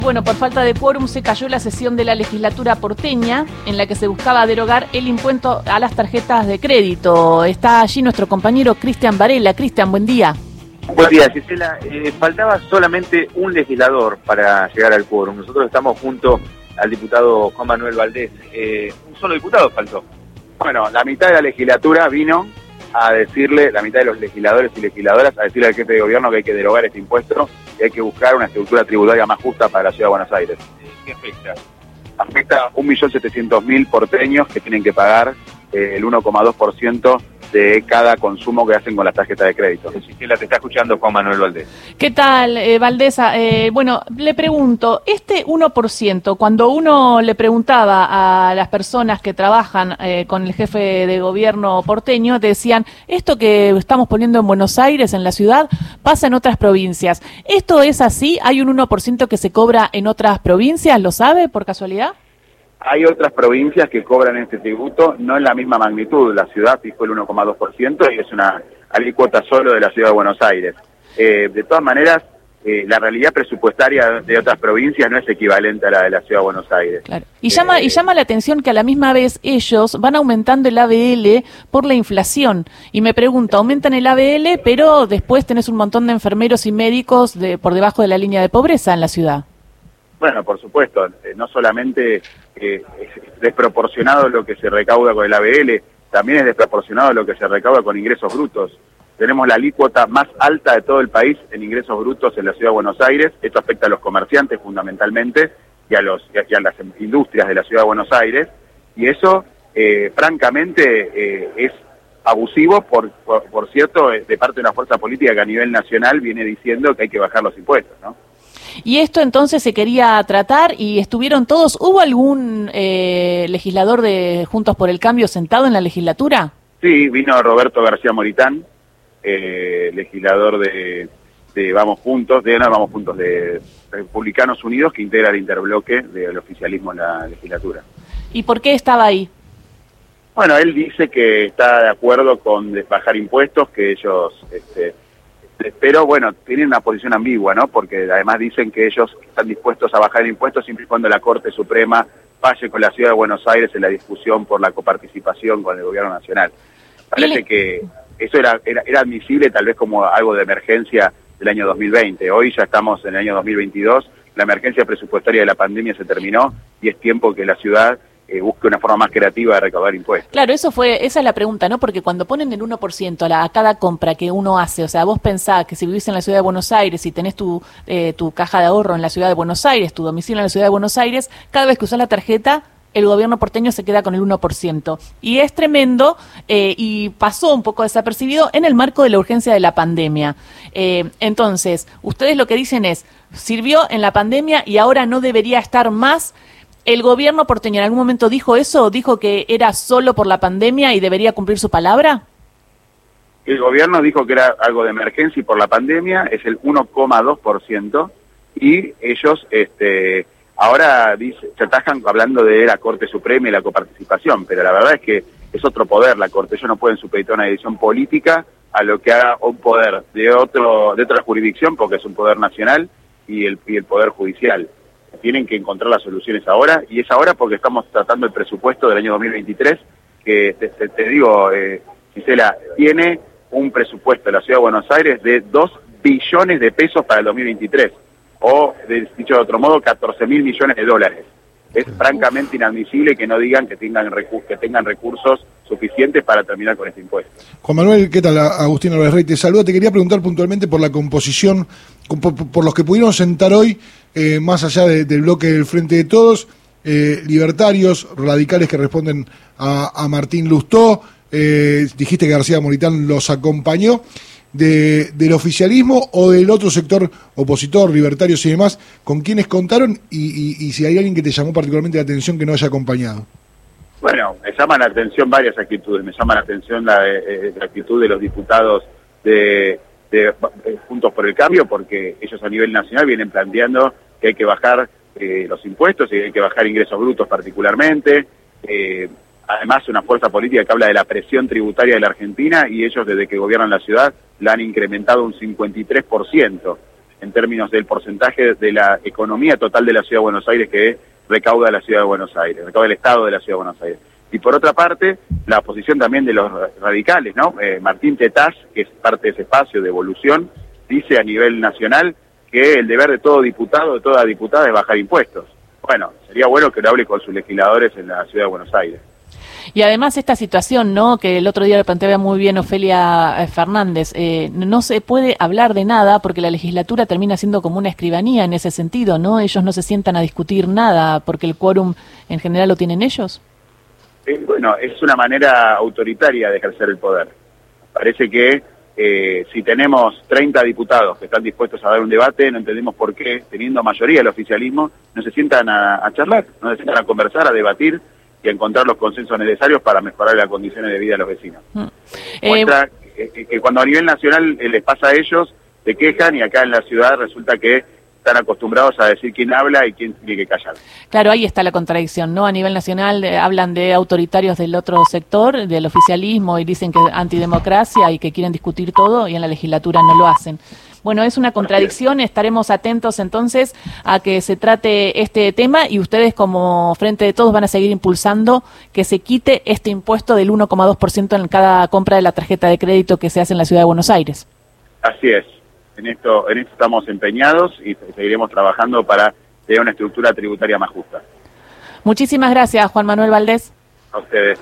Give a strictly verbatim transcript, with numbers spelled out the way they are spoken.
Bueno, por falta de quórum se cayó la sesión de la legislatura porteña en la que se buscaba derogar el impuesto a las tarjetas de crédito. Está allí nuestro compañero Cristian Varela. Cristian, buen día. Buen día, Gisela. Eh, faltaba solamente un legislador para llegar al quórum. Nosotros estamos junto al diputado Juan Manuel Valdés. Eh, un solo diputado faltó. Bueno, la mitad de la legislatura vino a decirle, la mitad de los legisladores y legisladoras, a decirle al jefe de gobierno que hay que derogar este impuesto y hay que buscar una estructura tributaria más justa para la Ciudad de Buenos Aires. ¿Qué afecta? Afecta a un millón setecientos mil porteños que tienen que pagar eh, el uno coma dos por ciento de cada consumo que hacen con las tarjetas de crédito. Gisela, te está escuchando Juan Manuel Valdés. ¿Qué tal, eh, Valdesa? Eh, bueno, le pregunto, este uno por ciento, cuando uno le preguntaba a las personas que trabajan eh, con el jefe de gobierno porteño, decían, esto que estamos poniendo en Buenos Aires, en la ciudad, pasa en otras provincias. ¿Esto es así? ¿Hay un uno por ciento que se cobra en otras provincias? ¿Lo sabe, por casualidad? Hay otras provincias que cobran este tributo, no en la misma magnitud. La ciudad fijó el uno coma dos por ciento y es una alícuota solo de la Ciudad de Buenos Aires. Eh, de todas maneras, eh, la realidad presupuestaria de otras provincias no es equivalente a la de la Ciudad de Buenos Aires. Claro. Y, eh, llama, y llama la atención que a la misma vez ellos van aumentando el A B L por la inflación. Y me pregunto, aumentan el A B L, pero después tenés un montón de enfermeros y médicos de, por debajo de la línea de pobreza en la ciudad. Bueno, por supuesto, eh, no solamente eh, es desproporcionado lo que se recauda con el A B L, también es desproporcionado lo que se recauda con ingresos brutos. Tenemos la alícuota más alta de todo el país en ingresos brutos en la Ciudad de Buenos Aires. Esto afecta a los comerciantes fundamentalmente y a, los, y a las industrias de la Ciudad de Buenos Aires. Y eso, eh, francamente, eh, es abusivo, por, por, por cierto, de parte de una fuerza política que a nivel nacional viene diciendo que hay que bajar los impuestos, ¿no? Y esto entonces se quería tratar y estuvieron todos. ¿Hubo algún eh, legislador de Juntos por el Cambio sentado en la legislatura? Sí, vino Roberto García Moritán, eh, legislador de, de Vamos Juntos, de no Vamos Juntos, de Republicanos Unidos, que integra el interbloque del oficialismo en la legislatura. ¿Y por qué estaba ahí? Bueno, él dice que está de acuerdo con bajar impuestos, que ellos... Este, pero bueno, tienen una posición ambigua, ¿no? Porque además dicen que ellos están dispuestos a bajar impuestos siempre y cuando la Corte Suprema falle con la Ciudad de Buenos Aires en la discusión por la coparticipación con el gobierno nacional. Parece que eso era, era, era admisible tal vez como algo de emergencia del año dos mil veinte. Hoy ya estamos en el año dos mil veintidós, la emergencia presupuestaria de la pandemia se terminó y es tiempo que la ciudad Eh, busque una forma más creativa de recaudar impuestos. Claro, eso fue, esa es la pregunta, ¿no? Porque cuando ponen el uno por ciento a, la, a cada compra que uno hace, o sea, vos pensás que si vivís en la Ciudad de Buenos Aires y tenés tu, eh, tu caja de ahorro en la Ciudad de Buenos Aires, tu domicilio en la Ciudad de Buenos Aires, cada vez que usás la tarjeta, el gobierno porteño se queda con el uno por ciento. Y es tremendo eh, y pasó un poco desapercibido en el marco de la urgencia de la pandemia. Eh, entonces, ustedes lo que dicen es, sirvió en la pandemia y ahora no debería estar más. ¿El gobierno porteño en algún momento dijo eso? ¿Dijo que era solo por la pandemia y debería cumplir su palabra? El gobierno dijo que era algo de emergencia y por la pandemia es el uno coma dos por ciento y ellos este, ahora dice, se atajan hablando de la Corte Suprema y la coparticipación, pero la verdad es que es otro poder la Corte. Ellos no pueden supeditar una decisión política a lo que haga un poder de otro de otra jurisdicción, porque es un poder nacional y el, y el poder judicial. Tienen que encontrar las soluciones ahora, y es ahora porque estamos tratando el presupuesto del año dos mil veintitrés, que te, te, te digo, eh, Gisela, tiene un presupuesto de la Ciudad de Buenos Aires de dos billones de pesos para el dos mil veintitrés, o, de, dicho de otro modo, catorce mil millones de dólares. Es francamente inadmisible que no digan que tengan, recu que tengan recursos suficientes para terminar con este impuesto. Juan Manuel, ¿qué tal? Agustín Álvarez Rey te saluda. Te quería preguntar puntualmente por la composición, por, por los que pudieron sentar hoy, eh, más allá de, del bloque del Frente de Todos, eh, libertarios, radicales que responden a, a Martín Lustó, eh, dijiste que García Moritán los acompañó, de, del oficialismo o del otro sector opositor, libertarios y demás, ¿con quiénes contaron y, y, y si hay alguien que te llamó particularmente la atención que no haya acompañado? Bueno, me llaman la atención varias actitudes. Me llama la atención la, eh, la actitud de los diputados de, de, de Juntos por el Cambio, porque ellos a nivel nacional vienen planteando que hay que bajar eh, los impuestos y hay que bajar ingresos brutos particularmente. Eh, además, una fuerza política que habla de la presión tributaria de la Argentina y ellos desde que gobiernan la ciudad la han incrementado un cincuenta y tres por ciento. en términos del porcentaje de la economía total de la Ciudad de Buenos Aires que recauda la Ciudad de Buenos Aires, recauda el Estado de la Ciudad de Buenos Aires. Y por otra parte, la posición también de los radicales, ¿no? Eh, Martín Tetaz, que es parte de ese espacio de evolución, dice a nivel nacional que el deber de todo diputado, de toda diputada, es bajar impuestos. Bueno, sería bueno que lo hable con sus legisladores en la Ciudad de Buenos Aires. Y además esta situación, ¿no?, que el otro día lo planteaba muy bien Ofelia Fernández, eh, no se puede hablar de nada porque la legislatura termina siendo como una escribanía en ese sentido, ¿no? Ellos no se sientan a discutir nada porque el quórum en general lo tienen ellos. Eh, bueno, es una manera autoritaria de ejercer el poder. Parece que eh, si tenemos treinta diputados que están dispuestos a dar un debate, no entendemos por qué, teniendo mayoría el oficialismo, no se sientan a, a charlar, no se sientan a conversar, a debatir y a encontrar los consensos necesarios para mejorar las condiciones de vida de los vecinos. Mm. Eh, Muestra que, que cuando a nivel nacional les pasa a ellos, se quejan, y acá en la ciudad resulta que están acostumbrados a decir quién habla y quién tiene que callar. Claro, ahí está la contradicción, ¿no? A nivel nacional eh, hablan de autoritarios del otro sector, del oficialismo, y dicen que antidemocracia y que quieren discutir todo, y en la legislatura no lo hacen. Bueno, es una contradicción, estaremos atentos entonces a que se trate este tema, y ustedes como Frente de Todos van a seguir impulsando que se quite este impuesto del uno coma dos por ciento en cada compra de la tarjeta de crédito que se hace en la Ciudad de Buenos Aires. Así es, en esto, en esto estamos empeñados y seguiremos trabajando para tener una estructura tributaria más justa. Muchísimas gracias, Juan Manuel Valdés. A ustedes.